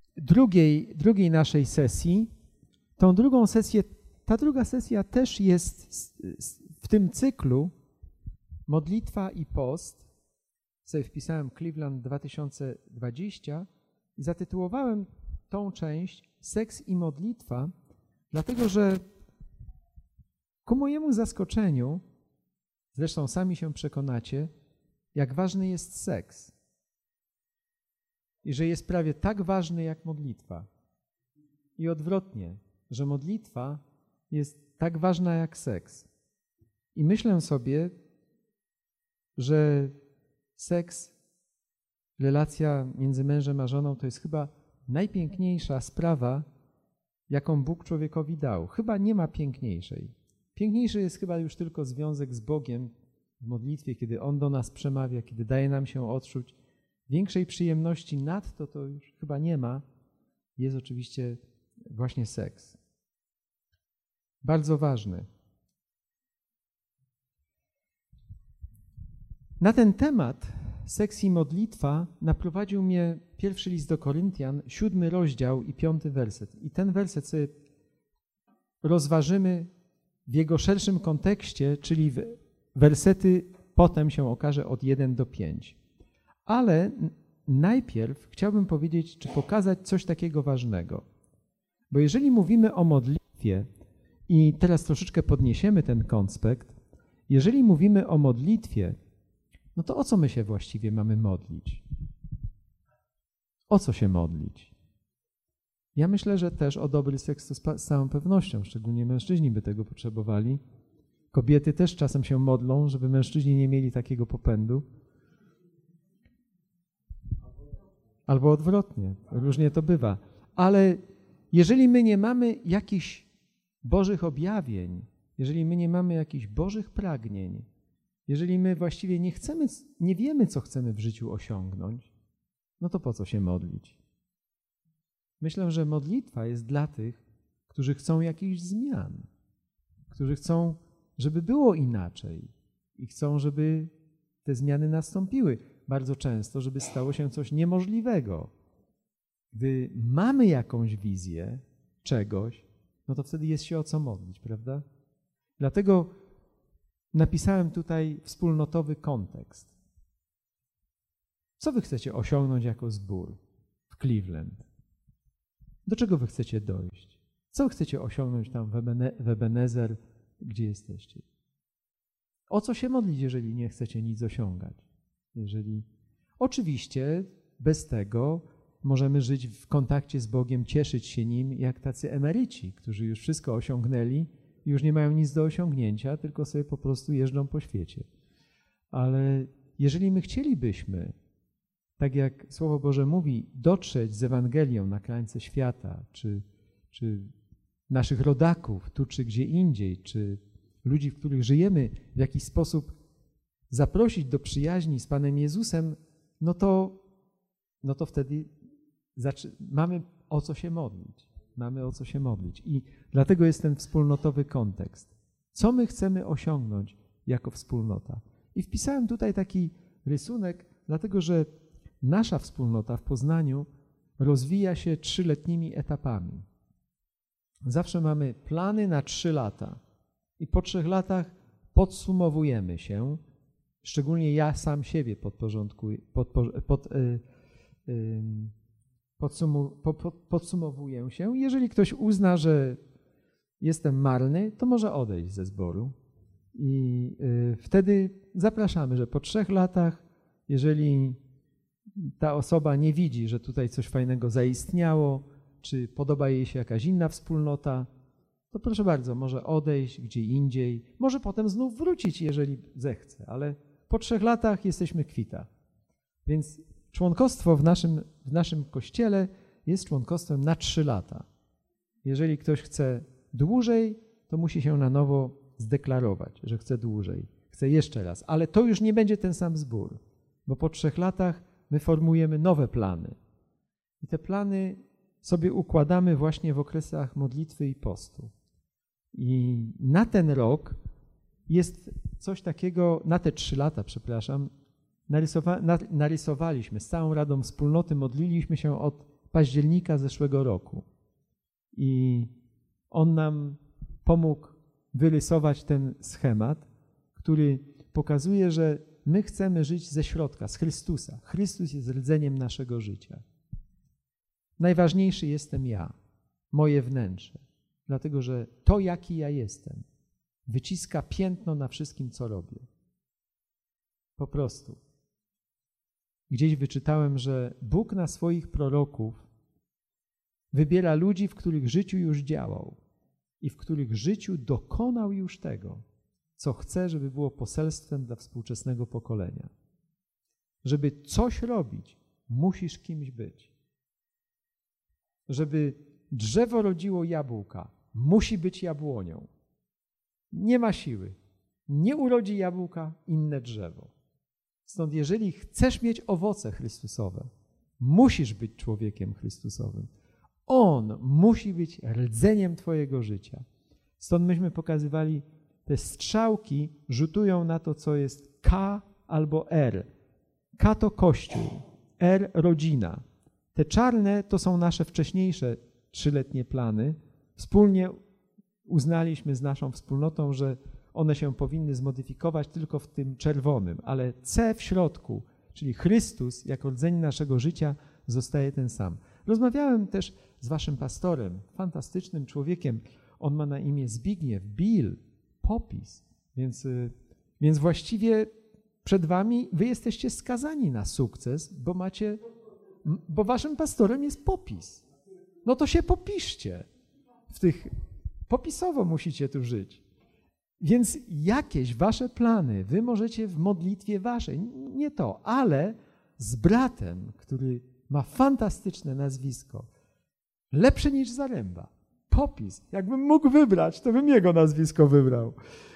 drugiej naszej sesji. Ta druga sesja też jest w tym cyklu modlitwa i post. Sobie wpisałem Cleveland 2020 i zatytułowałem tą część Seks i modlitwa, dlatego że ku mojemu zaskoczeniu, zresztą sami się przekonacie, jak ważny jest seks i że jest prawie tak ważny jak modlitwa. I odwrotnie, że modlitwa jest tak ważna jak seks. I myślę sobie, że seks, relacja między mężem a żoną to jest chyba najpiękniejsza sprawa, jaką Bóg człowiekowi dał. Chyba nie ma piękniejszej. Piękniejszy jest chyba już tylko związek z Bogiem w modlitwie, kiedy On do nas przemawia, kiedy daje nam się odczuć. Większej przyjemności nadto to już chyba nie ma. Jest oczywiście właśnie seks. Bardzo ważny. Na ten temat, seks i modlitwa, naprowadził mnie pierwszy list do Koryntian, 7 rozdział i 5 werset. I ten werset sobie rozważymy w jego szerszym kontekście, czyli wersety potem się okaże od 1 do 5. Ale najpierw chciałbym powiedzieć, czy pokazać coś takiego ważnego. Bo jeżeli mówimy o modlitwie, i teraz troszeczkę podniesiemy ten konspekt, jeżeli mówimy o modlitwie, no to o co my się właściwie mamy modlić? O co się modlić? Ja myślę, że też o dobry seks to z całą pewnością, szczególnie mężczyźni by tego potrzebowali. Kobiety też czasem się modlą, żeby mężczyźni nie mieli takiego popędu. Albo odwrotnie, różnie to bywa. Ale jeżeli my nie mamy jakichś Bożych objawień, jeżeli my nie mamy jakichś Bożych pragnień, jeżeli my właściwie nie wiemy, co chcemy w życiu osiągnąć, no to po co się modlić? Myślę, że modlitwa jest dla tych, którzy chcą jakichś zmian, którzy chcą, żeby było inaczej i chcą, żeby te zmiany nastąpiły. Bardzo często, żeby stało się coś niemożliwego. Gdy mamy jakąś wizję czegoś, no to wtedy jest się o co modlić, prawda? Dlatego napisałem tutaj wspólnotowy kontekst. Co wy chcecie osiągnąć jako zbór w Cleveland? Do czego wy chcecie dojść? Co chcecie osiągnąć tam w Ebenezer, gdzie jesteście? O co się modlić, jeżeli nie chcecie nic osiągać? Oczywiście bez tego możemy żyć w kontakcie z Bogiem, cieszyć się Nim jak tacy emeryci, którzy już wszystko osiągnęli i już nie mają nic do osiągnięcia, tylko sobie po prostu jeżdżą po świecie. Ale jeżeli my chcielibyśmy, tak jak Słowo Boże mówi, dotrzeć z Ewangelią na krańce świata, czy naszych rodaków tu czy gdzie indziej, czy ludzi, w których żyjemy, w jakiś sposób zaprosić do przyjaźni z Panem Jezusem, no to wtedy mamy o co się modlić. Mamy o co się modlić. I dlatego jest ten wspólnotowy kontekst. Co my chcemy osiągnąć jako wspólnota? I wpisałem tutaj taki rysunek, dlatego że nasza wspólnota w Poznaniu rozwija się 3-letnimi etapami. Zawsze mamy plany na 3 lata i po 3 latach podsumowujemy się, szczególnie ja sam siebie podsumowuję się. Jeżeli ktoś uzna, że jestem marny, to może odejść ze zboru i wtedy zapraszamy, że po 3 latach, jeżeli ta osoba nie widzi, że tutaj coś fajnego zaistniało, czy podoba jej się jakaś inna wspólnota, to proszę bardzo, może odejść gdzie indziej, może potem znów wrócić, jeżeli zechce, ale po 3 latach jesteśmy kwita. Więc członkostwo w naszym kościele jest członkostwem na 3 lata. Jeżeli ktoś chce dłużej, to musi się na nowo zdeklarować, że chce dłużej, chce jeszcze raz, ale to już nie będzie ten sam zbór, bo po 3 latach my formujemy nowe plany. I te plany sobie układamy właśnie w okresach modlitwy i postu. I na ten rok jest coś takiego, na te 3 lata, przepraszam, narysowaliśmy z całą Radą Wspólnoty, modliliśmy się od października zeszłego roku. I on nam pomógł wyrysować ten schemat, który pokazuje, że my chcemy żyć ze środka, z Chrystusa. Chrystus jest rdzeniem naszego życia. Najważniejszy jestem ja, moje wnętrze, dlatego że to, jaki ja jestem, wyciska piętno na wszystkim, co robię. Po prostu. Gdzieś wyczytałem, że Bóg na swoich proroków wybiera ludzi, w których życiu już działał i w których życiu dokonał już tego, co chce, żeby było poselstwem dla współczesnego pokolenia. Żeby coś robić, musisz kimś być. Żeby drzewo rodziło jabłka, musi być jabłonią. Nie ma siły. Nie urodzi jabłka inne drzewo. Stąd jeżeli chcesz mieć owoce Chrystusowe, musisz być człowiekiem Chrystusowym. On musi być rdzeniem twojego życia. Stąd myśmy pokazywali, te strzałki rzutują na to, co jest K albo R. K to Kościół, R rodzina. Te czarne to są nasze wcześniejsze 3-letnie plany. Wspólnie uznaliśmy z naszą wspólnotą, że one się powinny zmodyfikować tylko w tym czerwonym, ale C w środku, czyli Chrystus jako rdzeń naszego życia, zostaje ten sam. Rozmawiałem też z waszym pastorem, fantastycznym człowiekiem. On ma na imię Zbigniew, Bill, Popis. Więc właściwie przed wami wy jesteście skazani na sukces, bo waszym pastorem jest Popis. No to się popiszcie. Popisowo musicie tu żyć. Więc jakieś wasze plany wy możecie w modlitwie waszej, nie to, ale z bratem, który ma fantastyczne nazwisko, lepsze niż Zaręba, Popis. Jakbym mógł wybrać, to bym jego nazwisko wybrał.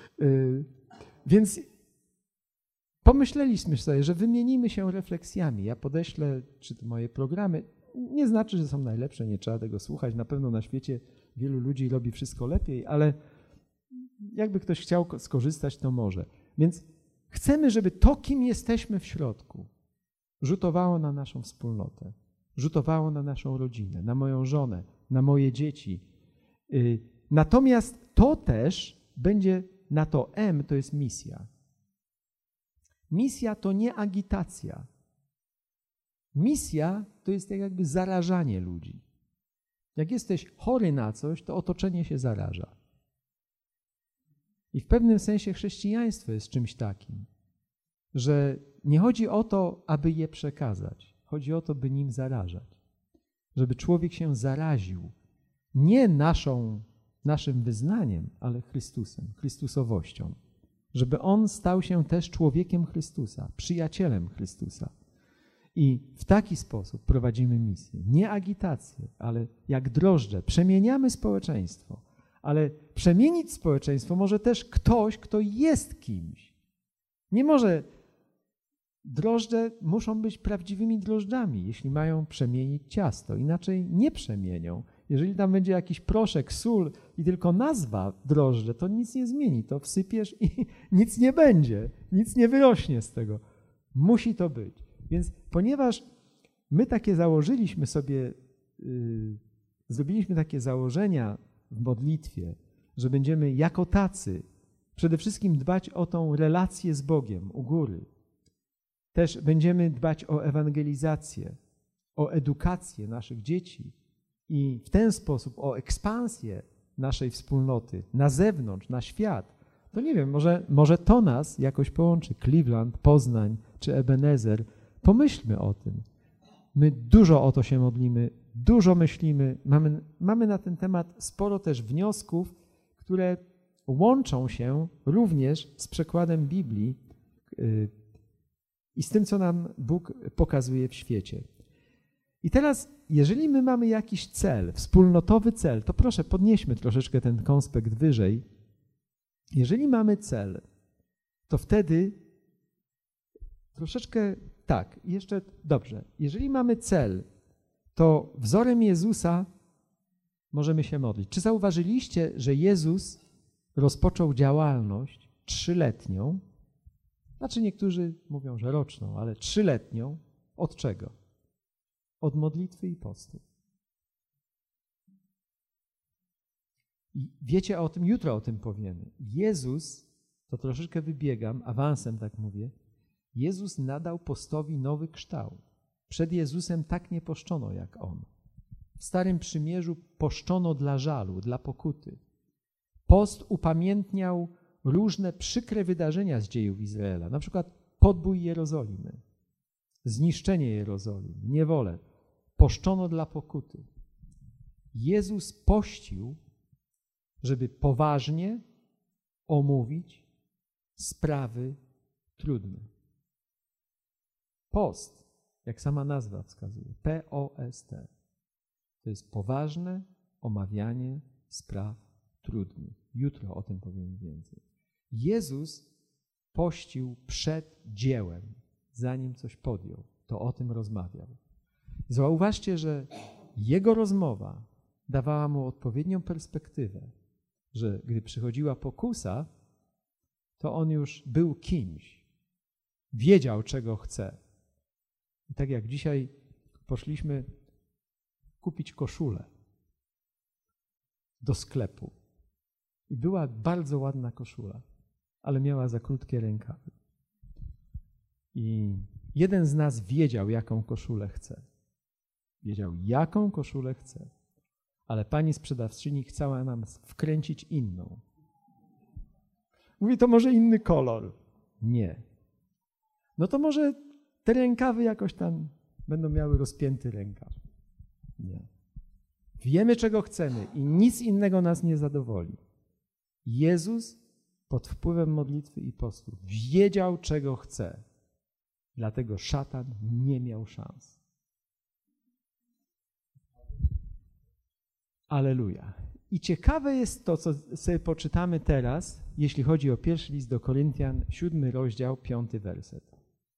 Więc pomyśleliśmy sobie, że wymienimy się refleksjami. Ja podeślę, czy to moje programy, nie znaczy, że są najlepsze, nie trzeba tego słuchać. Na pewno na świecie wielu ludzi robi wszystko lepiej, ale jakby ktoś chciał skorzystać, to może. Więc chcemy, żeby to, kim jesteśmy w środku, rzutowało na naszą wspólnotę, rzutowało na naszą rodzinę, na moją żonę, na moje dzieci. Natomiast to też będzie, na to M to jest misja. Misja to nie agitacja. Misja to jest jakby zarażanie ludzi. Jak jesteś chory na coś, to otoczenie się zaraża. I w pewnym sensie chrześcijaństwo jest czymś takim, że nie chodzi o to, aby je przekazać. Chodzi o to, by nim zarażać. Żeby człowiek się zaraził nie naszym wyznaniem, ale Chrystusem, Chrystusowością. Żeby on stał się też człowiekiem Chrystusa, przyjacielem Chrystusa. I w taki sposób prowadzimy misję. Nie agitację, ale jak drożdże. Przemieniamy społeczeństwo. Ale przemienić społeczeństwo może też ktoś, kto jest kimś. Nie może. Drożdże muszą być prawdziwymi drożdżami, jeśli mają przemienić ciasto. Inaczej nie przemienią. Jeżeli tam będzie jakiś proszek, sól i tylko nazwa drożdże, to nic nie zmieni. To wsypiesz i nic nie będzie. Nic nie wyrośnie z tego. Musi to być. Więc ponieważ my takie założyliśmy sobie, zrobiliśmy takie założenia w modlitwie, że będziemy jako tacy przede wszystkim dbać o tą relację z Bogiem u góry. Też będziemy dbać o ewangelizację, o edukację naszych dzieci i w ten sposób o ekspansję naszej wspólnoty na zewnątrz, na świat. To nie wiem, może to nas jakoś połączy. Cleveland, Poznań czy Ebenezer. Pomyślmy o tym. My dużo o to się modlimy, dużo myślimy. Mamy na ten temat sporo też wniosków, które łączą się również z przekładem Biblii i z tym, co nam Bóg pokazuje w świecie. I teraz, jeżeli my mamy jakiś cel, wspólnotowy cel, to proszę, podnieśmy troszeczkę ten konspekt wyżej. Jeżeli mamy cel, to wtedy troszeczkę tak, jeszcze dobrze. Jeżeli mamy cel, to wzorem Jezusa możemy się modlić. Czy zauważyliście, że Jezus rozpoczął działalność 3-letnią? Znaczy niektórzy mówią, że roczną, ale 3-letnią. Od czego? od modlitwy i postu. I wiecie o tym, jutro o tym powiemy. Jezus, to troszeczkę wybiegam, awansem tak mówię, Jezus nadał postowi nowy kształt. Przed Jezusem tak nie poszczono jak On. W Starym Przymierzu poszczono dla żalu, dla pokuty. Post upamiętniał różne przykre wydarzenia z dziejów Izraela, na przykład podbój Jerozolimy, zniszczenie Jerozolimy, niewolę. Poszczono dla pokuty. Jezus pościł, żeby poważnie omówić sprawy trudne. Post, jak sama nazwa wskazuje, P-O-S-T, to jest poważne omawianie spraw trudnych. Jutro o tym powiem więcej. Jezus pościł przed dziełem, zanim coś podjął, to o tym rozmawiał. Zauważcie, że jego rozmowa dawała mu odpowiednią perspektywę, że gdy przychodziła pokusa, to on już był kimś, wiedział, czego chce. I tak jak dzisiaj poszliśmy kupić koszulę do sklepu i była bardzo ładna koszula, ale miała za krótkie rękawy. I jeden z nas wiedział, jaką koszulę chce. Wiedział, jaką koszulę chce, ale pani sprzedawczyni chciała nam wkręcić inną. Mówi, to może inny kolor. Nie. No to może te rękawy jakoś tam będą miały rozpięty rękaw. Nie. Wiemy, czego chcemy i nic innego nas nie zadowoli. Jezus pod wpływem modlitwy i postu wiedział, czego chce. Dlatego szatan nie miał szans. Alleluja. I ciekawe jest to, co sobie poczytamy teraz, jeśli chodzi o pierwszy list do Koryntian, 7 rozdział, 5 werset.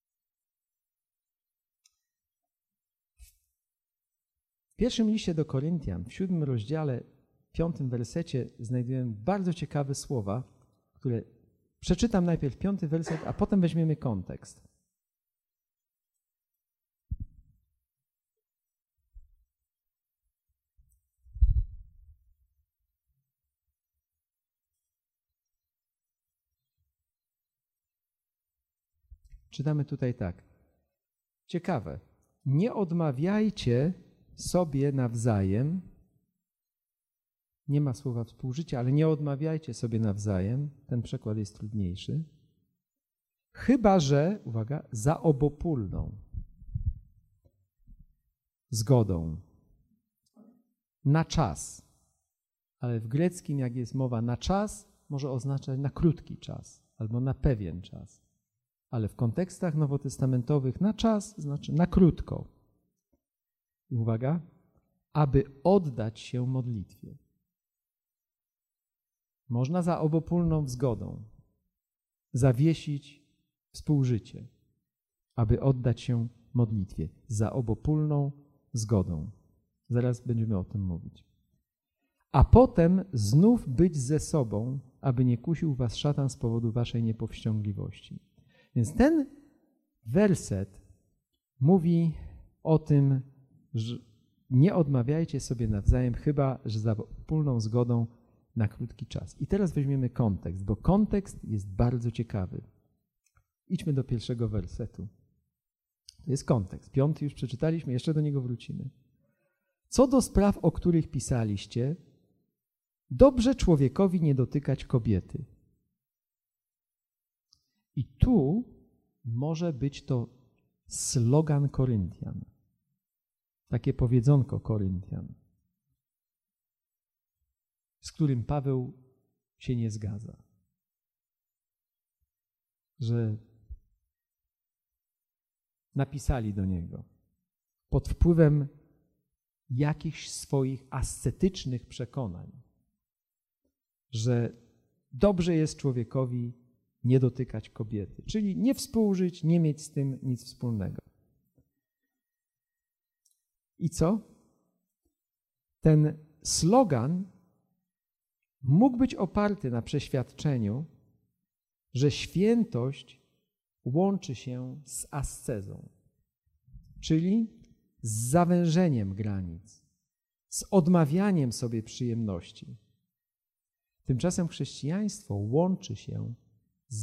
W pierwszym liście do Koryntian, w 7 rozdziale, 5 wersecie znajdujemy bardzo ciekawe słowa, które przeczytam najpierw 5 werset, a potem weźmiemy kontekst. Czytamy tutaj tak. Ciekawe. Nie odmawiajcie sobie nawzajem, nie ma słowa współżycia, ale nie odmawiajcie sobie nawzajem, ten przekład jest trudniejszy, chyba że, uwaga, za obopólną zgodą na czas. Ale w greckim, jak jest mowa na czas, może oznaczać na krótki czas albo na pewien czas. Ale w kontekstach nowotestamentowych na czas znaczy na krótko. I uwaga, aby oddać się modlitwie. Można za obopólną zgodą zawiesić współżycie, aby oddać się modlitwie. Za obopólną zgodą. Zaraz będziemy o tym mówić. A potem znów być ze sobą, aby nie kusił was szatan z powodu waszej niepowściągliwości. Więc ten werset mówi o tym, że nie odmawiajcie sobie nawzajem, chyba że za wspólną zgodą na krótki czas. I teraz weźmiemy kontekst, bo kontekst jest bardzo ciekawy. Idźmy do pierwszego wersetu. To jest kontekst. 5 już przeczytaliśmy, jeszcze do niego wrócimy. Co do spraw, o których pisaliście, dobrze człowiekowi nie dotykać kobiety. I tu może być to slogan Koryntian. Takie powiedzonko Koryntian, z którym Paweł się nie zgadza. Że napisali do niego pod wpływem jakichś swoich ascetycznych przekonań, że dobrze jest człowiekowi nie dotykać kobiety, czyli nie współżyć, nie mieć z tym nic wspólnego. I co? Ten slogan mógł być oparty na przeświadczeniu, że świętość łączy się z ascezą, czyli z zawężeniem granic, z odmawianiem sobie przyjemności. Tymczasem chrześcijaństwo łączy się z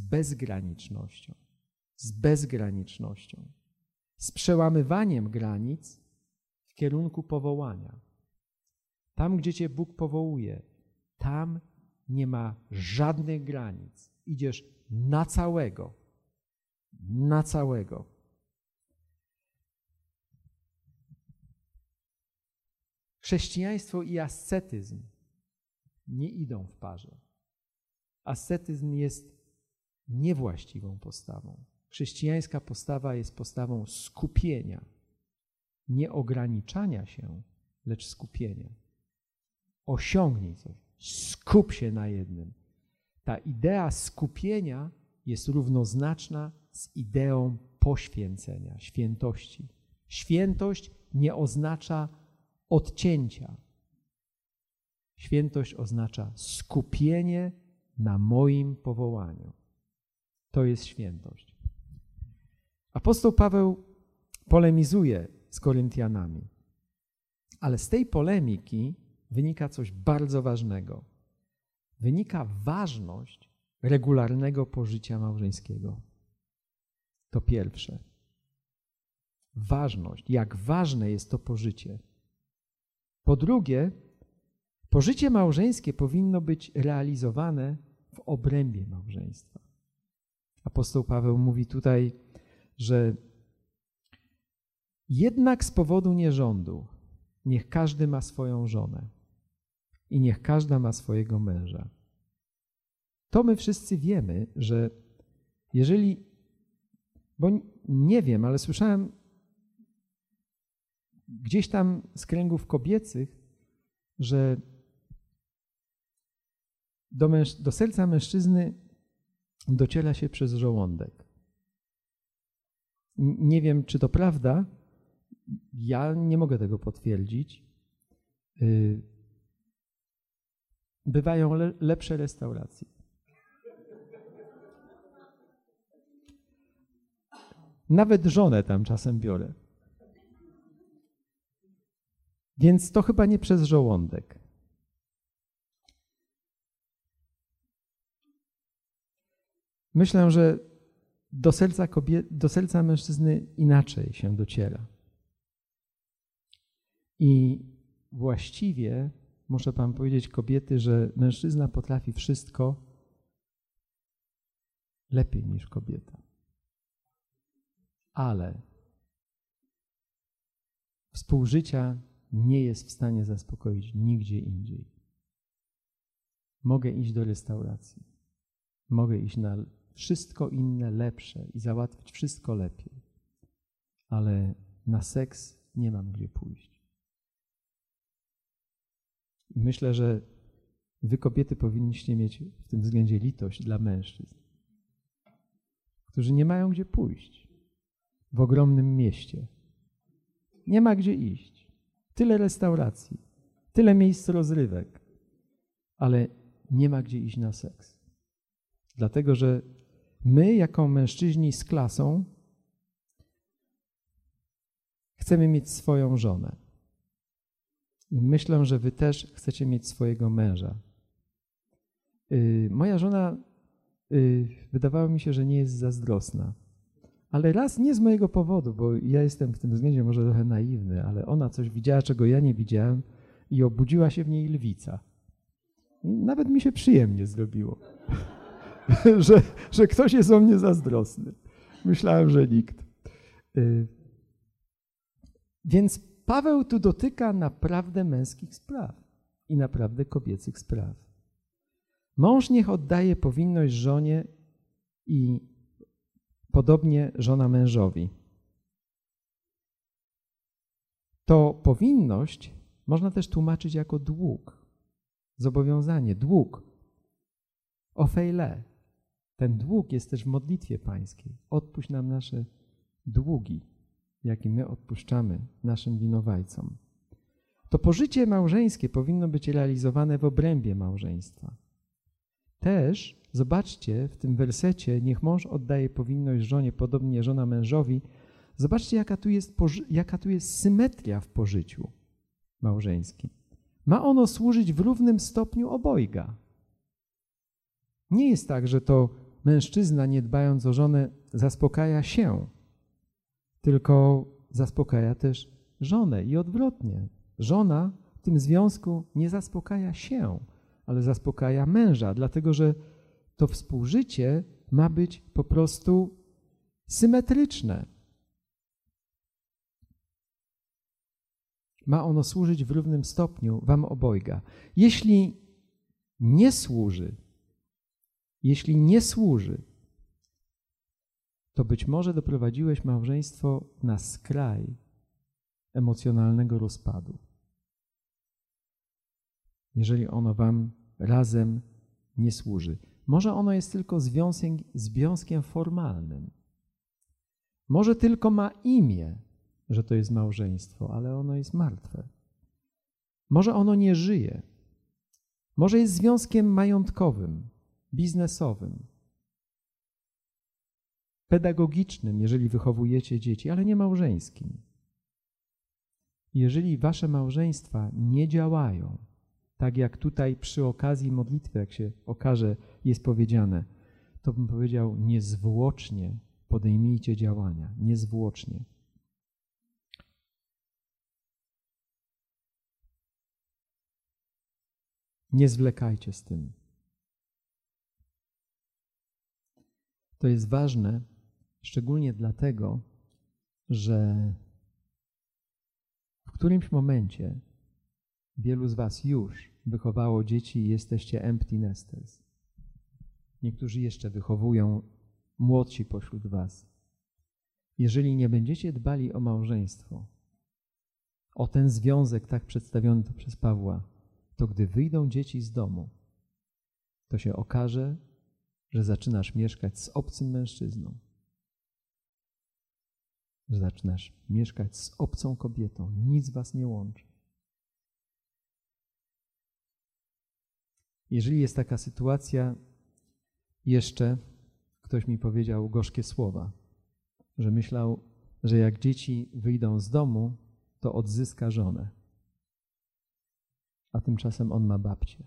bezgranicznością, z przełamywaniem granic w kierunku powołania. Tam, gdzie cię Bóg powołuje, tam nie ma żadnych granic. Idziesz na całego. Chrześcijaństwo i ascetyzm nie idą w parze. Ascetyzm jest niewłaściwą postawą. Chrześcijańska postawa jest postawą skupienia, nie ograniczania się, lecz skupienia. Osiągnij coś, skup się na jednym. Ta idea skupienia jest równoznaczna z ideą poświęcenia, świętości. Świętość nie oznacza odcięcia. Świętość oznacza skupienie na moim powołaniu. To jest świętość. Apostoł Paweł polemizuje z Koryntianami, ale z tej polemiki wynika coś bardzo ważnego. Wynika ważność regularnego pożycia małżeńskiego. To pierwsze. Ważność, jak ważne jest to pożycie. Po drugie, pożycie małżeńskie powinno być realizowane w obrębie małżeństwa. Apostoł Paweł mówi tutaj, że jednak z powodu nierządu niech każdy ma swoją żonę i niech każda ma swojego męża. To my wszyscy wiemy, że jeżeli, bo nie wiem, ale słyszałem gdzieś tam z kręgów kobiecych, że do serca mężczyzny dociera się przez żołądek. Nie wiem, czy to prawda. Ja nie mogę tego potwierdzić. Bywają lepsze restauracje. Nawet żonę tam czasem biorę. Więc to chyba nie przez żołądek. Myślę, że do serca mężczyzny inaczej się dociera. I właściwie muszę wam powiedzieć, kobiety, że mężczyzna potrafi wszystko lepiej niż kobieta. Ale współżycia nie jest w stanie zaspokoić nigdzie indziej. Mogę iść do restauracji. Mogę iść na wszystko inne lepsze i załatwić wszystko lepiej. Ale na seks nie mam gdzie pójść. I myślę, że wy, kobiety, powinniście mieć w tym względzie litość dla mężczyzn, którzy nie mają gdzie pójść w ogromnym mieście. Nie ma gdzie iść. Tyle restauracji, tyle miejsc rozrywek, ale nie ma gdzie iść na seks. Dlatego, że my, jako mężczyźni z klasą, chcemy mieć swoją żonę. I myślę, że wy też chcecie mieć swojego męża. Moja żona wydawało mi się, że nie jest zazdrosna. Ale raz nie z mojego powodu, bo ja jestem w tym względzie może trochę naiwny, ale ona coś widziała, czego ja nie widziałem i obudziła się w niej lwica. I nawet mi się przyjemnie zrobiło, że ktoś jest o mnie zazdrosny. Myślałem, że nikt. Więc Paweł tu dotyka naprawdę męskich spraw i naprawdę kobiecych spraw. Mąż niech oddaje powinność żonie i podobnie żona mężowi. To powinność można też tłumaczyć jako dług, zobowiązanie, dług, ofeile. Ten dług jest też w modlitwie pańskiej. Odpuść nam nasze długi, jakie my odpuszczamy naszym winowajcom. To pożycie małżeńskie powinno być realizowane w obrębie małżeństwa. Też, zobaczcie, w tym wersecie, niech mąż oddaje powinność żonie, podobnie żona mężowi, Zobaczcie, jaka tu jest symetria w pożyciu małżeńskim. Ma ono służyć w równym stopniu obojga. Nie jest tak, że to mężczyzna, nie dbając o żonę, zaspokaja się, tylko zaspokaja też żonę i odwrotnie. Żona w tym związku nie zaspokaja się, ale zaspokaja męża, dlatego że to współżycie ma być po prostu symetryczne. Ma ono służyć w równym stopniu wam obojga. Jeśli nie służy, to być może doprowadziłeś małżeństwo na skraj emocjonalnego rozpadu. Jeżeli ono wam razem nie służy. Może ono jest tylko związkiem formalnym. Może tylko ma imię, że to jest małżeństwo, ale ono jest martwe. Może ono nie żyje. Może jest związkiem majątkowym, biznesowym, pedagogicznym, jeżeli wychowujecie dzieci, ale nie małżeńskim. Jeżeli wasze małżeństwa nie działają, tak jak tutaj przy okazji modlitwy, jak się okaże, jest powiedziane, to bym powiedział, niezwłocznie podejmijcie działania, niezwłocznie. Nie zwlekajcie z tym. To jest ważne, szczególnie dlatego, że w którymś momencie wielu z was już wychowało dzieci i jesteście empty nesters. Niektórzy jeszcze wychowują, młodsi pośród was. Jeżeli nie będziecie dbali o małżeństwo, o ten związek tak przedstawiony tu przez Pawła, to gdy wyjdą dzieci z domu, to się okaże, że zaczynasz mieszkać z obcym mężczyzną. Że zaczynasz mieszkać z obcą kobietą. Nic was nie łączy. Jeżeli jest taka sytuacja, jeszcze ktoś mi powiedział gorzkie słowa, że myślał, że jak dzieci wyjdą z domu, to odzyska żonę. A tymczasem on ma babcię.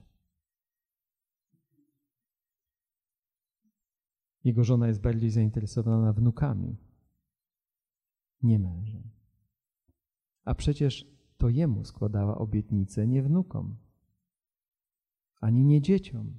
Jego żona jest bardziej zainteresowana wnukami, nie mężem. A przecież to jemu składała obietnicę, nie wnukom, ani nie dzieciom.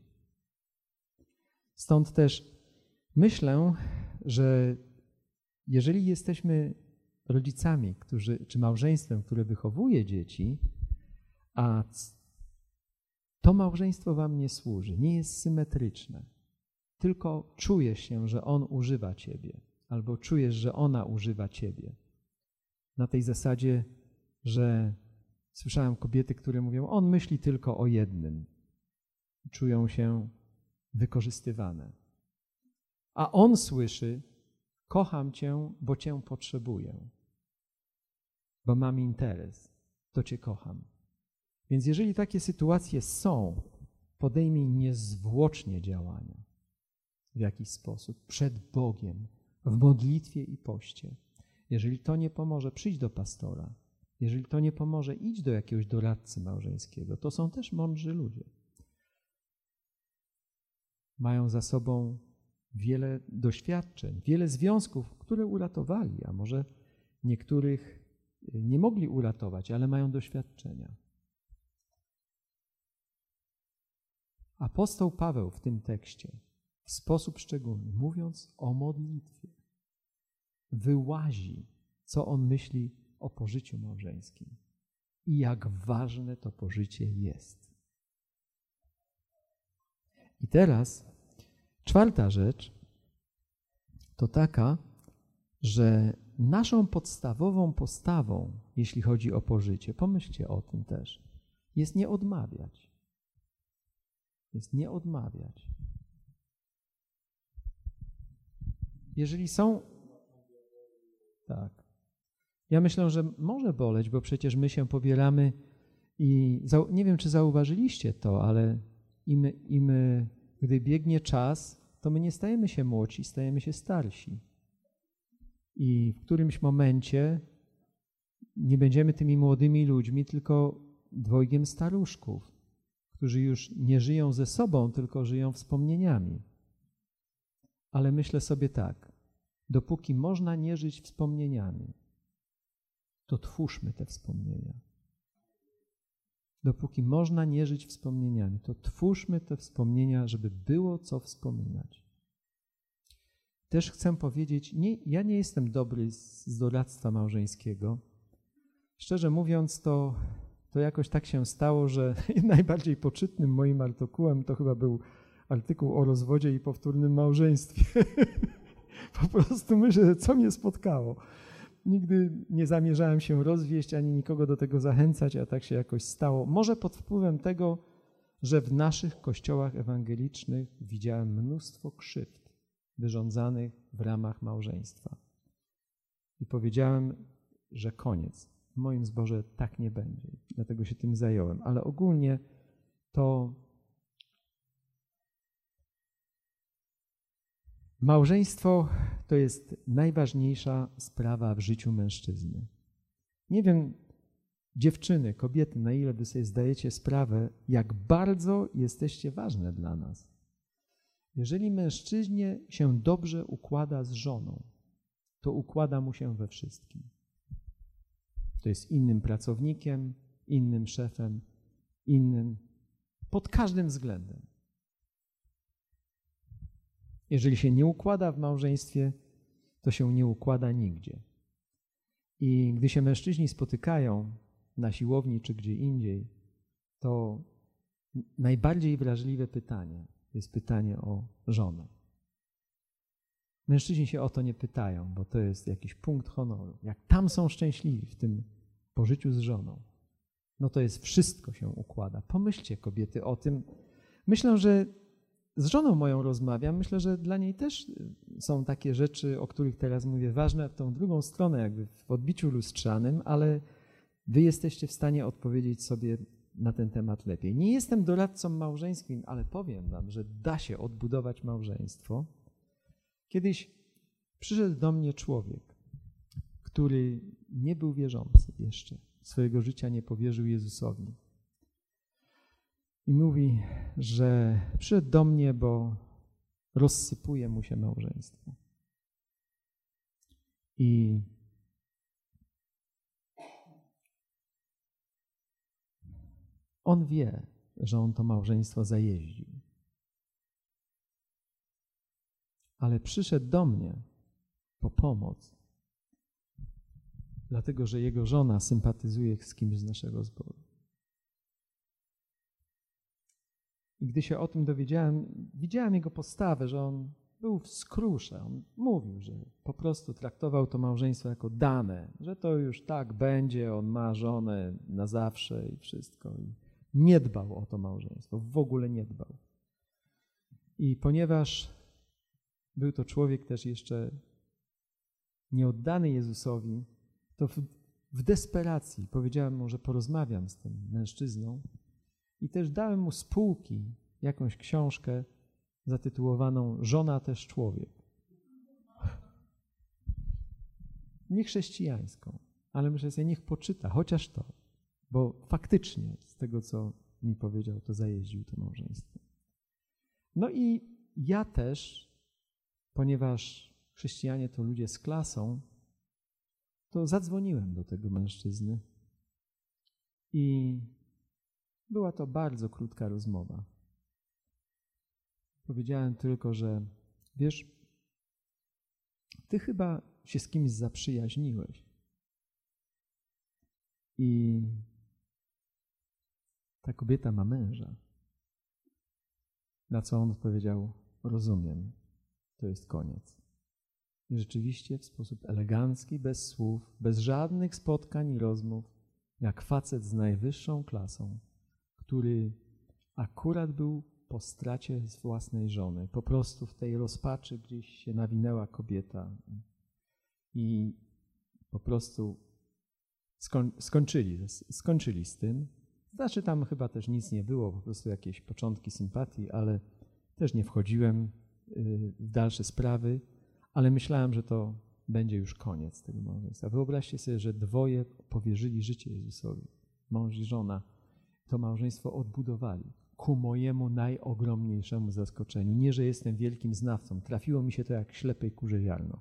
Stąd też myślę, że jeżeli jesteśmy rodzicami, czy małżeństwem, które wychowuje dzieci, a to małżeństwo wam nie służy, nie jest symetryczne, tylko czujesz się, że on używa ciebie, albo czujesz, że ona używa ciebie. Na tej zasadzie, że słyszałem kobiety, które mówią, on myśli tylko o jednym. Czują się wykorzystywane. A on słyszy, kocham cię, bo cię potrzebuję, bo mam interes, to cię kocham. Więc jeżeli takie sytuacje są, podejmij niezwłocznie działania w jakiś sposób przed Bogiem, w modlitwie i poście. Jeżeli to nie pomoże, przyjdź do pastora. Jeżeli to nie pomoże, idź do jakiegoś doradcy małżeńskiego. To są też mądrzy ludzie. Mają za sobą wiele doświadczeń, wiele związków, które uratowali, a może niektórych nie mogli uratować, ale mają doświadczenia. Apostoł Paweł w tym tekście w sposób szczególny, mówiąc o modlitwie, wyłazi, co on myśli o pożyciu małżeńskim i jak ważne to pożycie jest. I teraz czwarta rzecz to taka, że naszą podstawową postawą, jeśli chodzi o pożycie, pomyślcie o tym też, jest nie odmawiać. Jest nie odmawiać. Jeżeli są... Tak. Ja myślę, że może boleć, bo przecież my się pobieramy i nie wiem, czy zauważyliście to, ale gdy biegnie czas, to my nie stajemy się młodsi, stajemy się starsi. I w którymś momencie nie będziemy tymi młodymi ludźmi, tylko dwojgiem staruszków, którzy już nie żyją ze sobą, tylko żyją wspomnieniami. Ale myślę sobie tak, dopóki można nie żyć wspomnieniami, to twórzmy te wspomnienia. Dopóki można nie żyć wspomnieniami, to twórzmy te wspomnienia, żeby było co wspominać. Też chcę powiedzieć, ja nie jestem dobry z doradztwa małżeńskiego. Szczerze mówiąc, to jakoś tak się stało, że najbardziej poczytnym moim artykułem to chyba był artykuł o rozwodzie i powtórnym małżeństwie. Po prostu myślę, co mnie spotkało. Nigdy nie zamierzałem się rozwieść, ani nikogo do tego zachęcać, a tak się jakoś stało. Może pod wpływem tego, że w naszych kościołach ewangelicznych widziałem mnóstwo krzywd wyrządzanych w ramach małżeństwa. I powiedziałem, że koniec. W moim zborze tak nie będzie. Dlatego się tym zająłem. Ale ogólnie to małżeństwo to jest najważniejsza sprawa w życiu mężczyzny. Nie wiem, dziewczyny, kobiety, na ile wy sobie zdajecie sprawę, jak bardzo jesteście ważne dla nas. Jeżeli mężczyźnie się dobrze układa z żoną, to układa mu się we wszystkim. To jest innym pracownikiem, innym szefem, innym pod każdym względem. Jeżeli się nie układa w małżeństwie, to się nie układa nigdzie. I gdy się mężczyźni spotykają na siłowni czy gdzie indziej, to najbardziej wrażliwe pytanie jest pytanie o żonę. Mężczyźni się o to nie pytają, bo to jest jakiś punkt honoru. Jak tam są szczęśliwi w tym pożyciu z żoną, no to jest wszystko się układa. Pomyślcie, kobiety, o tym. Myślę, że z żoną moją rozmawiam, myślę, że dla niej też są takie rzeczy, o których teraz mówię, ważne w tą drugą stronę, jakby w odbiciu lustrzanym, ale wy jesteście w stanie odpowiedzieć sobie na ten temat lepiej. Nie jestem doradcą małżeńskim, ale powiem wam, że da się odbudować małżeństwo. Kiedyś przyszedł do mnie człowiek, który nie był wierzący jeszcze, swojego życia nie powierzył Jezusowi. I mówi, że przyszedł do mnie, bo rozsypuje mu się małżeństwo. I on wie, że on to małżeństwo zajeździł. Ale przyszedł do mnie po pomoc, dlatego że jego żona sympatyzuje z kimś z naszego zboru. I gdy się o tym dowiedziałem, widziałem jego postawę, że on był w skrusze. On mówił, że po prostu traktował to małżeństwo jako dane, że to już tak będzie, on ma żonę na zawsze i wszystko. I nie dbał o to małżeństwo, w ogóle nie dbał. I ponieważ był to człowiek też jeszcze nieoddany Jezusowi, to w desperacji powiedziałem mu, że porozmawiam z tym mężczyzną i też dałem mu z półki jakąś książkę zatytułowaną Żona też człowiek. Nie chrześcijańską, ale myślę sobie, niech poczyta, chociaż to, bo faktycznie z tego, co mi powiedział, to zajeździł to małżeństwo. No i ja też, ponieważ chrześcijanie to ludzie z klasą, to zadzwoniłem do tego mężczyzny i była to bardzo krótka rozmowa. Powiedziałem tylko, że wiesz, ty chyba się z kimś zaprzyjaźniłeś. I ta kobieta ma męża. Na co on odpowiedział, rozumiem, to jest koniec. I rzeczywiście w sposób elegancki, bez słów, bez żadnych spotkań i rozmów, jak facet z najwyższą klasą, który akurat był po stracie z własnej żony. Po prostu w tej rozpaczy gdzieś się nawinęła kobieta i po prostu skończyli z tym. Znaczy tam chyba też nic nie było, po prostu jakieś początki sympatii, ale też nie wchodziłem w dalsze sprawy, ale myślałem, że to będzie już koniec tego małżeństwa. Wyobraźcie sobie, że dwoje powierzyli życie Jezusowi, mąż i żona. To małżeństwo odbudowali ku mojemu najogromniejszemu zaskoczeniu. Nie, że jestem wielkim znawcą. Trafiło mi się to jak ślepej kurze ziarno.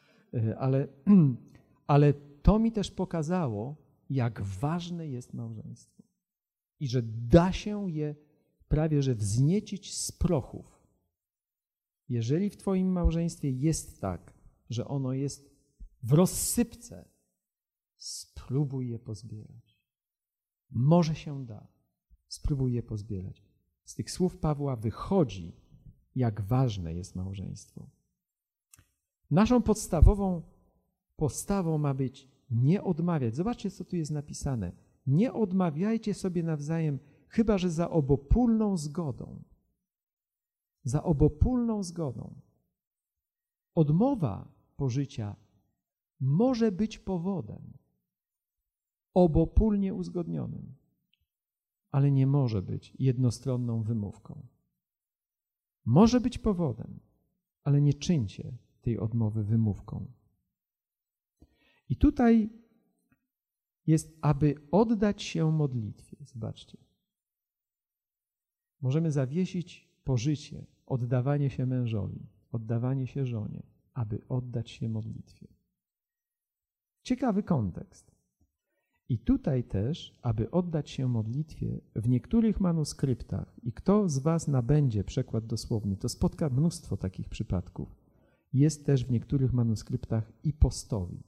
Ale to mi też pokazało, jak ważne jest małżeństwo. I że da się je prawie że wzniecić z prochów. Jeżeli w twoim małżeństwie jest tak, że ono jest w rozsypce, spróbuj je pozbierać. Może się da. Spróbuj je pozbierać. Z tych słów Pawła wychodzi, jak ważne jest małżeństwo. Naszą podstawową postawą ma być nie odmawiać. Zobaczcie, co tu jest napisane. Nie odmawiajcie sobie nawzajem, chyba że za obopólną zgodą. Za obopólną zgodą. Odmowa pożycia może być powodem obopólnie uzgodnionym, ale nie może być jednostronną wymówką. Może być powodem, ale nie czyńcie tej odmowy wymówką. I tutaj jest, aby oddać się modlitwie. Zobaczcie. Możemy zawiesić pożycie, oddawanie się mężowi, oddawanie się żonie, aby oddać się modlitwie. Ciekawy kontekst. I tutaj też, aby oddać się modlitwie, w niektórych manuskryptach, i kto z was nabędzie przekład dosłowny, to spotka mnóstwo takich przypadków, jest też w niektórych manuskryptach i postowi.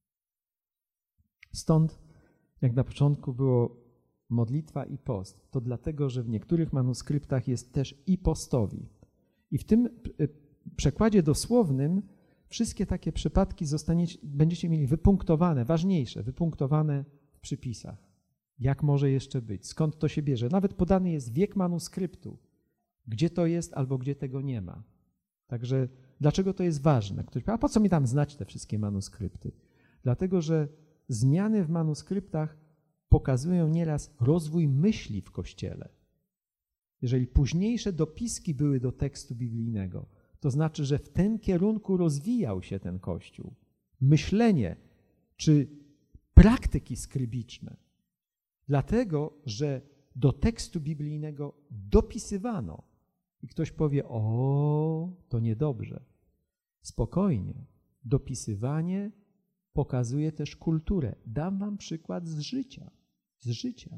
Stąd, jak na początku było modlitwa i post, to dlatego, że w niektórych manuskryptach jest też i postowi. I w tym przekładzie dosłownym wszystkie takie przypadki będziecie mieli wypunktowane, ważniejsze, wypunktowane w przypisach. Jak może jeszcze być? Skąd to się bierze? Nawet podany jest wiek manuskryptu, gdzie to jest albo gdzie tego nie ma. Także dlaczego to jest ważne? Ktoś powie, a po co mi tam znać te wszystkie manuskrypty? Dlatego, że zmiany w manuskryptach pokazują nieraz rozwój myśli w Kościele. Jeżeli późniejsze dopiski były do tekstu biblijnego, to znaczy, że w tym kierunku rozwijał się ten Kościół. Myślenie czy praktyki skrybiczne. Dlatego, że do tekstu biblijnego dopisywano. I ktoś powie, o, to niedobrze. Spokojnie. Dopisywanie pokazuje też kulturę. Dam wam przykład z życia. Z życia.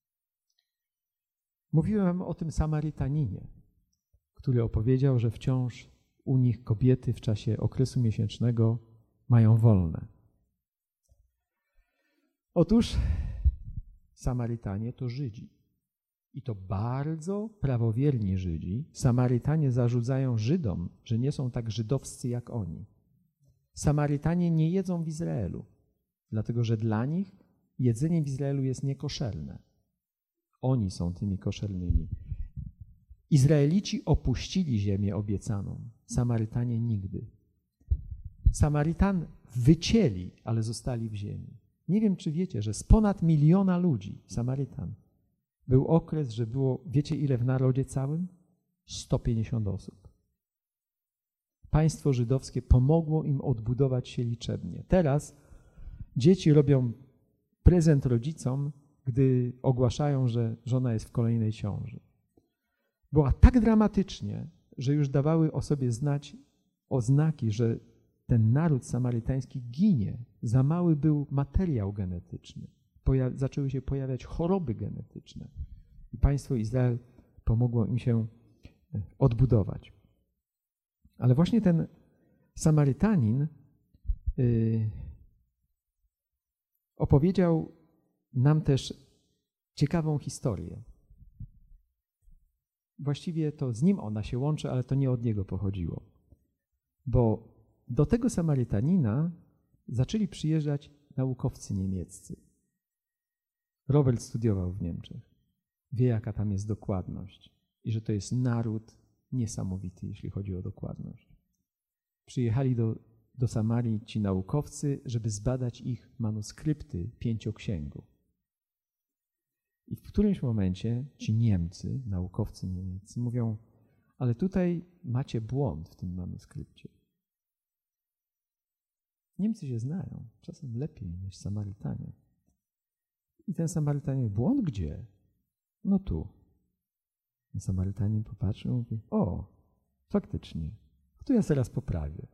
Mówiłem o tym Samarytaninie, który opowiedział, że wciąż u nich kobiety w czasie okresu miesięcznego mają wolne. Otóż Samarytanie to Żydzi. I to bardzo prawowierni Żydzi. Samarytanie zarzucają Żydom, że nie są tak żydowscy jak oni. Samarytanie nie jedzą w Izraelu, dlatego że dla nich jedzenie w Izraelu jest niekoszerne. Oni są tymi koszernymi. Izraelici opuścili ziemię obiecaną, Samarytanie nigdy. Samarytan wycięli, ale zostali w ziemi. Nie wiem, czy wiecie, że z ponad 1 miliona ludzi, Samarytan, był okres, że było, wiecie ile w narodzie całym? 150 osób. Państwo żydowskie pomogło im odbudować się liczebnie. Teraz dzieci robią prezent rodzicom, gdy ogłaszają, że żona jest w kolejnej ciąży. Była tak dramatycznie, że już dawały o sobie znać oznaki, że ten naród samarytański ginie. Za mały był materiał genetyczny. Zaczęły się pojawiać choroby genetyczne. I państwo Izrael pomogło im się odbudować. Ale właśnie ten Samarytanin opowiedział nam też ciekawą historię. Właściwie to z nim ona się łączy, ale to nie od niego pochodziło. Bo do tego Samarytanina zaczęli przyjeżdżać naukowcy niemieccy. Robert studiował w Niemczech. Wie, jaka tam jest dokładność i że to jest naród niesamowity, jeśli chodzi o dokładność. Przyjechali do Samarii ci naukowcy, żeby zbadać ich manuskrypty 5-księgu. I w którymś momencie ci Niemcy, naukowcy niemieccy, mówią, ale tutaj macie błąd w tym manuskrypcie. Niemcy się znają, czasem lepiej niż Samarytanie. I ten Samarytanin, błąd gdzie? No tu. I Samarytanin popatrzył i mówi, o, faktycznie, to ja teraz poprawię.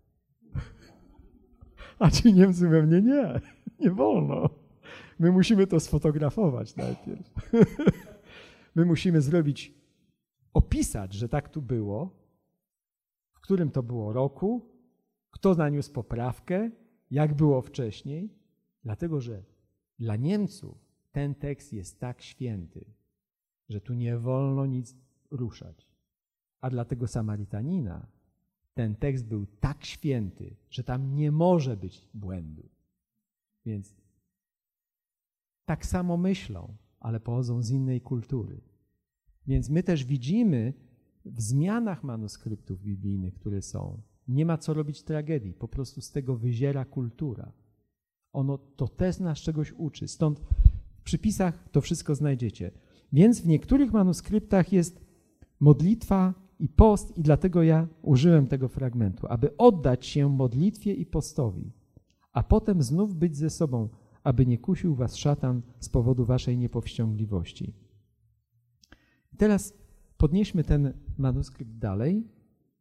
A ci Niemcy we mnie, nie wolno. My musimy to sfotografować najpierw. My musimy opisać, że tak tu było, w którym to było roku, kto naniósł poprawkę, jak było wcześniej, dlatego że dla Niemców ten tekst jest tak święty, że tu nie wolno nic ruszać. A dla tego Samarytanina ten tekst był tak święty, że tam nie może być błędu. Więc tak samo myślą, ale pochodzą z innej kultury. Więc my też widzimy w zmianach manuskryptów biblijnych, które są, nie ma co robić tragedii, po prostu z tego wyziera kultura. To też nas czegoś uczy. Stąd w przypisach to wszystko znajdziecie. Więc w niektórych manuskryptach jest modlitwa i post i dlatego ja użyłem tego fragmentu, aby oddać się modlitwie i postowi, a potem znów być ze sobą, aby nie kusił was szatan z powodu waszej niepowściągliwości. Teraz podnieśmy ten manuskrypt dalej,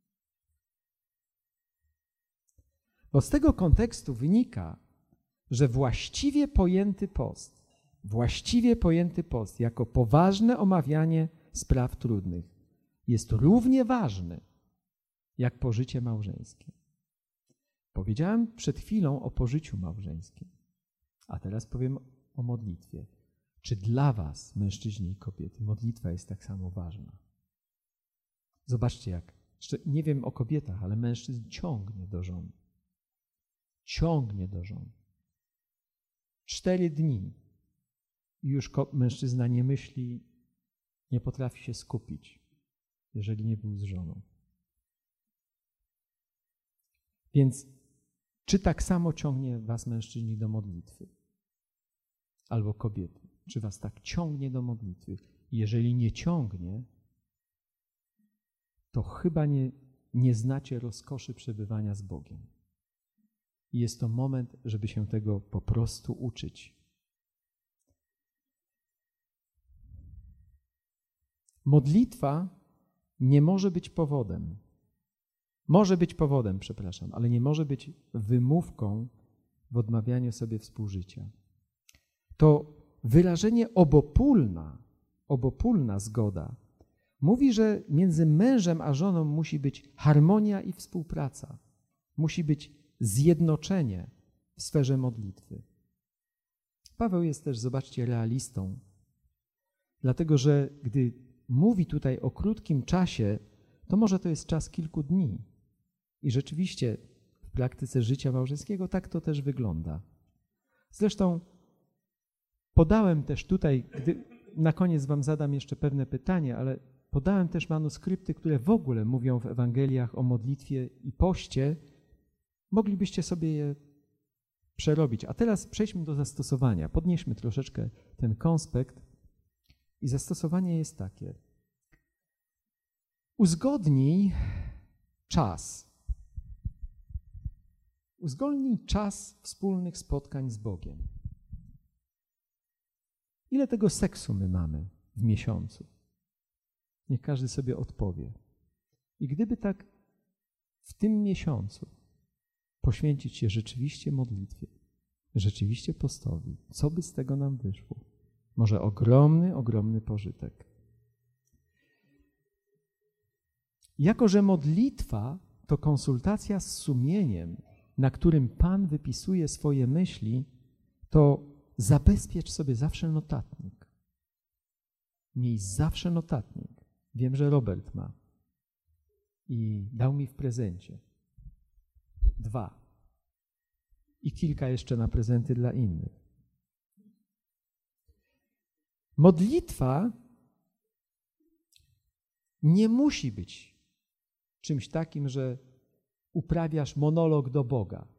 bo z tego kontekstu wynika, że właściwie pojęty post jako poważne omawianie spraw trudnych jest równie ważny jak pożycie małżeńskie. Powiedziałem przed chwilą o pożyciu małżeńskim, a teraz powiem o modlitwie. Czy dla was, mężczyźni i kobiety, modlitwa jest tak samo ważna? Zobaczcie jak, nie wiem o kobietach, ale mężczyzn ciągnie do żon. Ciągnie do żon. 4 dni i już mężczyzna nie myśli, nie potrafi się skupić, jeżeli nie był z żoną. Więc czy tak samo ciągnie was mężczyźni do modlitwy? Albo kobiety? Czy was tak ciągnie do modlitwy? Jeżeli nie ciągnie, to chyba nie znacie rozkoszy przebywania z Bogiem. I jest to moment, żeby się tego po prostu uczyć. Modlitwa nie może być powodem. Może być powodem, ale nie może być wymówką w odmawianiu sobie współżycia. To wyrażenie obopólna zgoda mówi, że między mężem a żoną musi być harmonia i współpraca. Musi być zjednoczenie w sferze modlitwy. Paweł jest też, zobaczcie, realistą, dlatego że gdy mówi tutaj o krótkim czasie, to może to jest czas kilku dni. I rzeczywiście w praktyce życia małżeńskiego tak to też wygląda. Zresztą podałem też tutaj, na koniec wam zadam jeszcze pewne pytanie, ale podałem też manuskrypty, które w ogóle mówią w Ewangeliach o modlitwie i poście. Moglibyście sobie je przerobić. A teraz przejdźmy do zastosowania. Podnieśmy troszeczkę ten konspekt i zastosowanie jest takie. Uzgodnij czas. Uzgodnij czas wspólnych spotkań z Bogiem. Ile tego seksu my mamy w miesiącu? Niech każdy sobie odpowie. I gdyby tak w tym miesiącu poświęcić się rzeczywiście modlitwie, rzeczywiście postowi, co by z tego nam wyszło? Może ogromny pożytek. Jako że modlitwa to konsultacja z sumieniem, na którym Pan wypisuje swoje myśli, to zabezpiecz sobie zawsze notatnik. Miej zawsze notatnik. Wiem, że Robert ma i dał mi w prezencie 2 i kilka jeszcze na prezenty dla innych. Modlitwa nie musi być czymś takim, że uprawiasz monolog do Boga.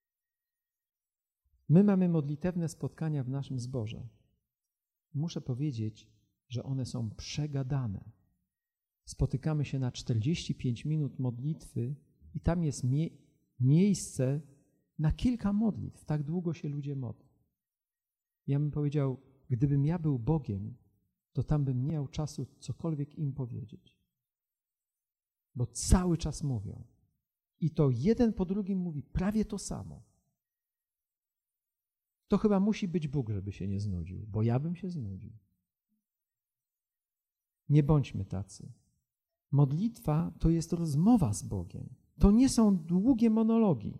My mamy modlitewne spotkania w naszym zborze. Muszę powiedzieć, że one są przegadane. Spotykamy się na 45 minut modlitwy i tam jest miejsce na kilka modlitw. Tak długo się ludzie modlą. Ja bym powiedział, gdybym ja był Bogiem, to tam bym nie miał czasu cokolwiek im powiedzieć. Bo cały czas mówią. I to jeden po drugim mówi prawie to samo. To chyba musi być Bóg, żeby się nie znudził, bo ja bym się znudził. Nie bądźmy tacy. Modlitwa to jest rozmowa z Bogiem. To nie są długie monologi.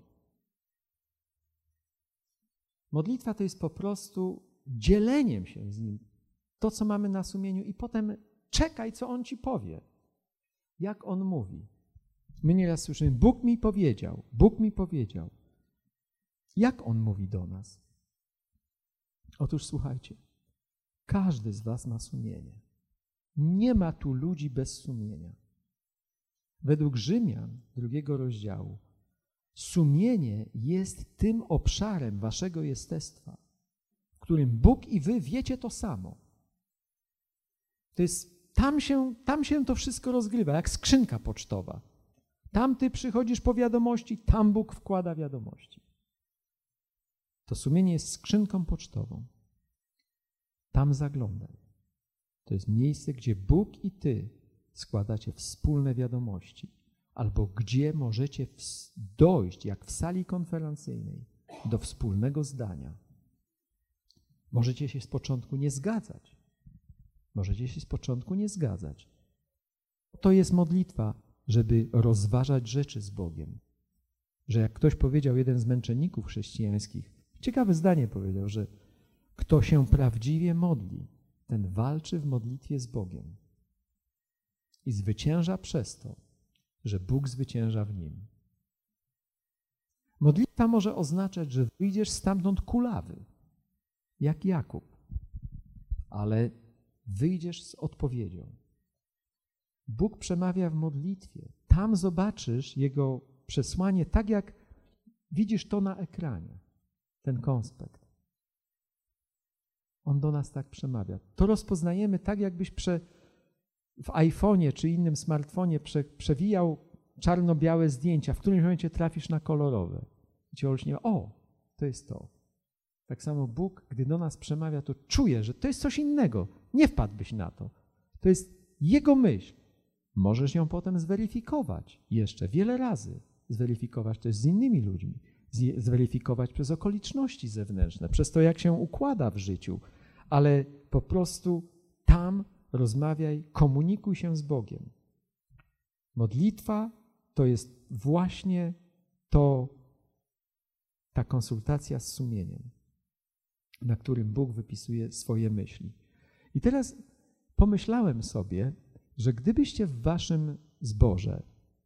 Modlitwa to jest po prostu dzieleniem się z Nim. To, co mamy na sumieniu i potem czekaj, co On ci powie. Jak On mówi. My nieraz słyszymy, Bóg mi powiedział, Bóg mi powiedział. Jak On mówi do nas? Otóż słuchajcie, każdy z was ma sumienie. Nie ma tu ludzi bez sumienia. Według Rzymian 2 rozdziału sumienie jest tym obszarem waszego jestestwa, w którym Bóg i wy wiecie to samo. To jest, tam się to wszystko rozgrywa, jak skrzynka pocztowa. Tam ty przychodzisz po wiadomości, tam Bóg wkłada wiadomości. To sumienie jest skrzynką pocztową. Tam zaglądaj. To jest miejsce, gdzie Bóg i ty składacie wspólne wiadomości, albo gdzie możecie dojść, jak w sali konferencyjnej, do wspólnego zdania. Możecie się z początku nie zgadzać. Możecie się z początku nie zgadzać. To jest modlitwa, żeby rozważać rzeczy z Bogiem. Że jak ktoś powiedział, jeden z męczenników chrześcijańskich, ciekawe zdanie powiedział, że kto się prawdziwie modli, ten walczy w modlitwie z Bogiem i zwycięża przez to, że Bóg zwycięża w nim. Modlitwa może oznaczać, że wyjdziesz stamtąd kulawy, jak Jakub, ale wyjdziesz z odpowiedzią. Bóg przemawia w modlitwie. Tam zobaczysz Jego przesłanie tak, jak widzisz to na ekranie, ten konspekt. On do nas tak przemawia. To rozpoznajemy tak, jakbyś w iPhone'ie czy innym smartfonie przewijał czarno-białe zdjęcia, w którymś momencie trafisz na kolorowe. I ci olśniewa, o, to jest to. Tak samo Bóg, gdy do nas przemawia, to czuje, że to jest coś innego. Nie wpadłbyś na to. To jest Jego myśl. Możesz ją potem zweryfikować jeszcze wiele razy. Zweryfikować też z innymi ludźmi. Zweryfikować przez okoliczności zewnętrzne, przez to, jak się układa w życiu. Ale po prostu tam rozmawiaj, komunikuj się z Bogiem. Modlitwa to jest właśnie ta konsultacja z sumieniem, na którym Bóg wypisuje swoje myśli. I teraz pomyślałem sobie, że gdybyście w waszym zborze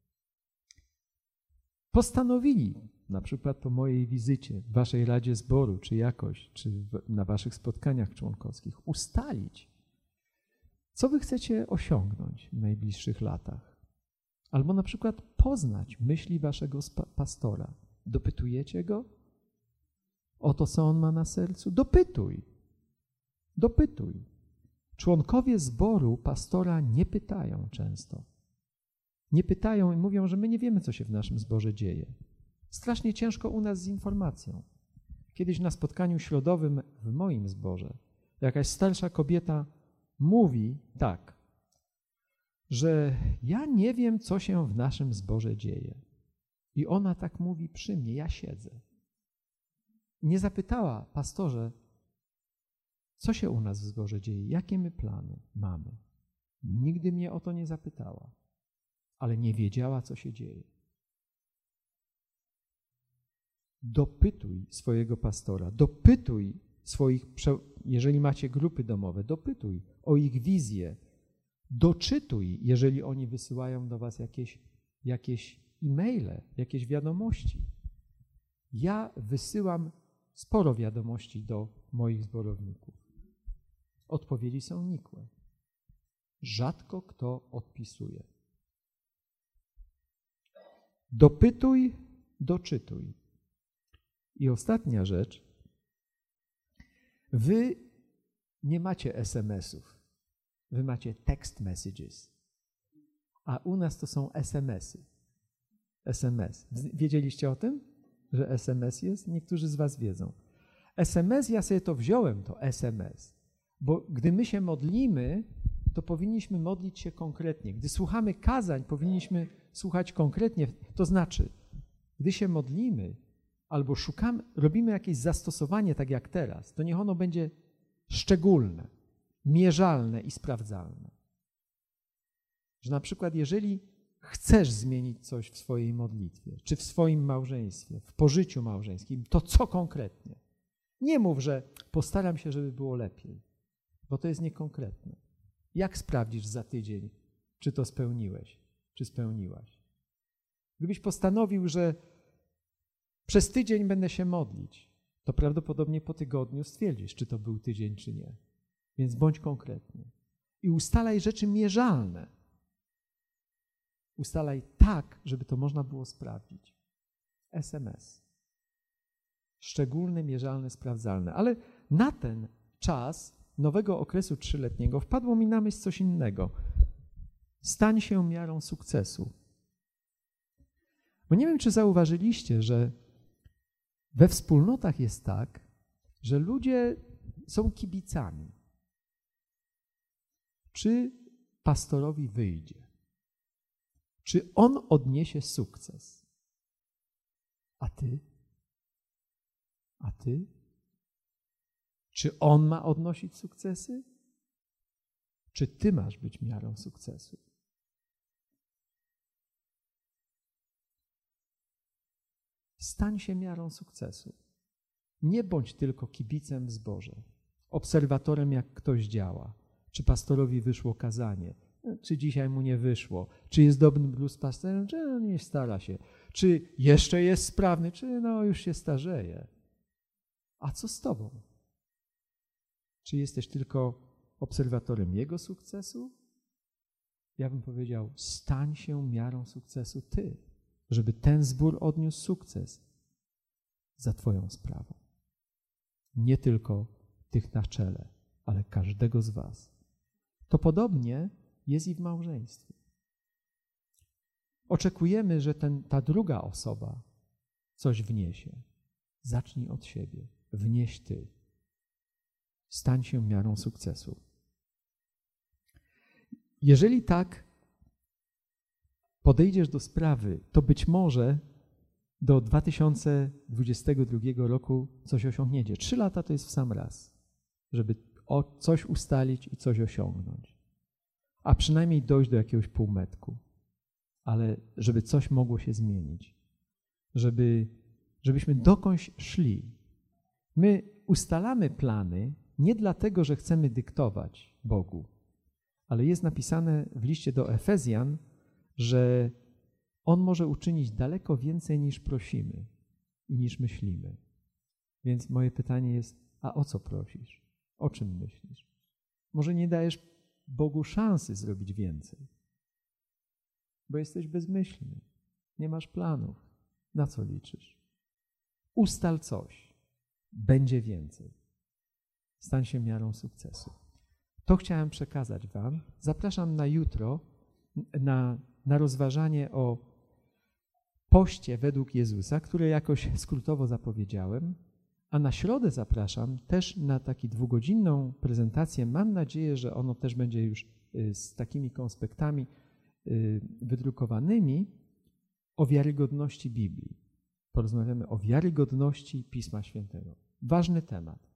postanowili, na przykład po mojej wizycie w waszej Radzie Zboru, czy jakoś, czy na waszych spotkaniach członkowskich, ustalić, co wy chcecie osiągnąć w najbliższych latach. Albo na przykład poznać myśli waszego pastora. Dopytujecie go o to, co on ma na sercu? Dopytuj. Dopytuj. Członkowie zboru pastora nie pytają często. Nie pytają i mówią, że my nie wiemy, co się w naszym zborze dzieje. Strasznie ciężko u nas z informacją. Kiedyś na spotkaniu środowym w moim zborze jakaś starsza kobieta mówi tak, że ja nie wiem, co się w naszym zborze dzieje. I ona tak mówi przy mnie, ja siedzę. Nie zapytała, pastorze, co się u nas w zborze dzieje, jakie my plany mamy. Nigdy mnie o to nie zapytała, ale nie wiedziała, co się dzieje. Dopytuj swojego pastora, dopytuj swoich, jeżeli macie grupy domowe, dopytuj o ich wizję, doczytuj, jeżeli oni wysyłają do was jakieś e-maile, jakieś wiadomości. Ja wysyłam sporo wiadomości do moich zborowników. Odpowiedzi są nikłe. Rzadko kto odpisuje. Dopytuj, doczytuj. I ostatnia rzecz. Wy nie macie SMS-ów. Wy macie text messages. A u nas to są SMS-y. SMS. Wiedzieliście o tym? że SMS jest? Niektórzy z was wiedzą. SMS, ja sobie to wziąłem, to SMS, bo gdy my się modlimy, to powinniśmy modlić się konkretnie. Gdy słuchamy kazań, powinniśmy słuchać konkretnie. To znaczy, gdy się modlimy albo szukamy, robimy jakieś zastosowanie, tak jak teraz, to niech ono będzie szczególne, mierzalne i sprawdzalne. Że na przykład jeżeli chcesz zmienić coś w swojej modlitwie, czy w swoim małżeństwie, w pożyciu małżeńskim, to co konkretnie? Nie mów, że postaram się, żeby było lepiej, bo to jest niekonkretne. Jak sprawdzisz za tydzień, czy to spełniłeś, czy spełniłaś? Gdybyś postanowił, że przez tydzień będę się modlić, to prawdopodobnie po tygodniu stwierdzisz, czy to był tydzień, czy nie. Więc bądź konkretny. I ustalaj rzeczy mierzalne. Ustalaj tak, żeby to można było sprawdzić. SMS. Szczególne, mierzalne, sprawdzalne. Ale na ten czas nowego okresu 3-letniego wpadło mi na myśl coś innego. Stań się miarą sukcesu. Bo nie wiem, czy zauważyliście, że we wspólnotach jest tak, że ludzie są kibicami. Czy pastorowi wyjdzie? Czy on odniesie sukces? A ty? A ty? Czy on ma odnosić sukcesy? Czy ty masz być miarą sukcesu? Stań się miarą sukcesu. Nie bądź tylko kibicem w zborze, obserwatorem, jak ktoś działa. Czy pastorowi wyszło kazanie, czy dzisiaj mu nie wyszło, czy jest dobrym bluespasterem, czy on nie stara się, czy jeszcze jest sprawny, czy już się starzeje. A co z tobą? Czy jesteś tylko obserwatorem jego sukcesu? Ja bym powiedział, stań się miarą sukcesu ty, żeby ten zbór odniósł sukces za twoją sprawą. Nie tylko tych na czele, ale każdego z was. To podobnie jest i w małżeństwie. Oczekujemy, że ta druga osoba coś wniesie. Zacznij od siebie. Wnieś ty. Stań się miarą sukcesu. Jeżeli tak podejdziesz do sprawy, to być może do 2022 roku coś osiągniecie. 3 lata to jest w sam raz, żeby coś ustalić i coś osiągnąć. A przynajmniej dojść do jakiegoś półmetku. Ale żeby coś mogło się zmienić. Żebyśmy dokądś szli. My ustalamy plany nie dlatego, że chcemy dyktować Bogu, ale jest napisane w liście do Efezjan, że On może uczynić daleko więcej niż prosimy i niż myślimy. Więc moje pytanie jest, a o co prosisz? O czym myślisz? Może nie dajesz Bogu szansy zrobić więcej, bo jesteś bezmyślny, nie masz planów. Na co liczysz? Ustal coś, będzie więcej. Stań się miarą sukcesu. To chciałem przekazać wam. Zapraszam na jutro na rozważanie o poście według Jezusa, które jakoś skrótowo zapowiedziałem, a na środę zapraszam też na taką 2-godzinną prezentację. Mam nadzieję, że ono też będzie już z takimi konspektami wydrukowanymi o wiarygodności Biblii. Porozmawiamy o wiarygodności Pisma Świętego. Ważny temat.